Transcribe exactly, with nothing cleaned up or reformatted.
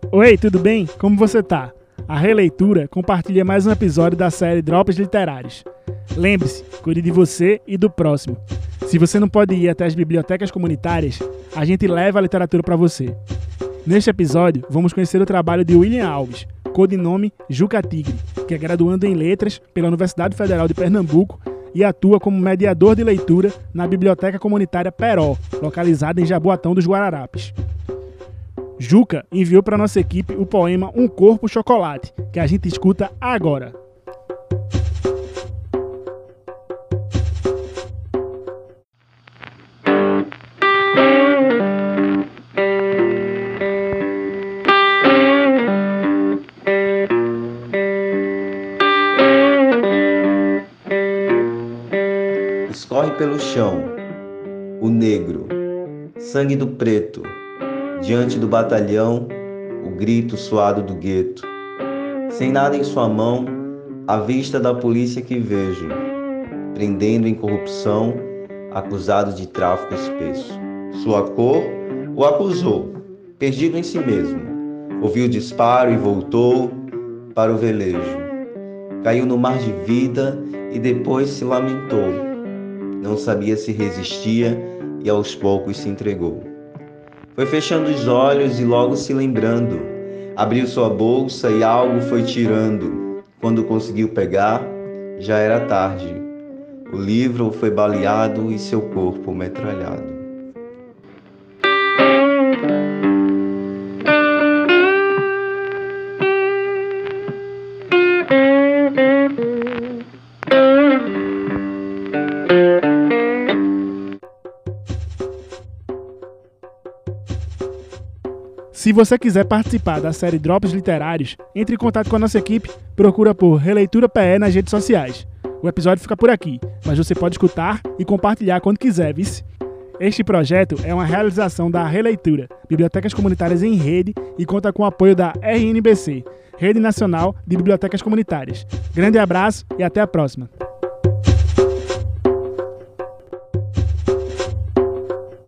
Oi, tudo bem? Como você tá? A Releitura compartilha mais um episódio da série Drops Literários. Lembre-se, cuide de você e do próximo. Se você não pode ir até as bibliotecas comunitárias, a gente leva a literatura para você. Neste episódio, vamos conhecer o trabalho de William Alves, codinome Juca Tigre, que é graduando em Letras pela Universidade Federal de Pernambuco e atua como mediador de leitura na Biblioteca Comunitária Peró, localizada em Jaboatão dos Guararapes. Juca enviou para nossa equipe o poema Um Corpo Chocolate, que a gente escuta agora. Escorre pelo chão, o negro, sangue do preto, diante do batalhão, o grito suado do gueto. Sem nada em sua mão, à vista da polícia que vejo, prendendo em corrupção, acusado de tráfico espesso. Sua cor o acusou, perdido em si mesmo. Ouviu o disparo e voltou para o velejo. Caiu no mar de vida e depois se lamentou. Não sabia se resistia e aos poucos se entregou. Foi fechando os olhos e logo se lembrando. Abriu sua bolsa e algo foi tirando. Quando conseguiu pegar, já era tarde. O livro foi baleado e seu corpo metralhado. Se você quiser participar da série Drops Literários, entre em contato com a nossa equipe, procura por Releitura P E nas redes sociais. O episódio fica por aqui, mas você pode escutar e compartilhar quando quiser, vice. Este projeto é uma realização da Releitura, Bibliotecas Comunitárias em Rede, e conta com o apoio da R N B C, Rede Nacional de Bibliotecas Comunitárias. Grande abraço e até a próxima!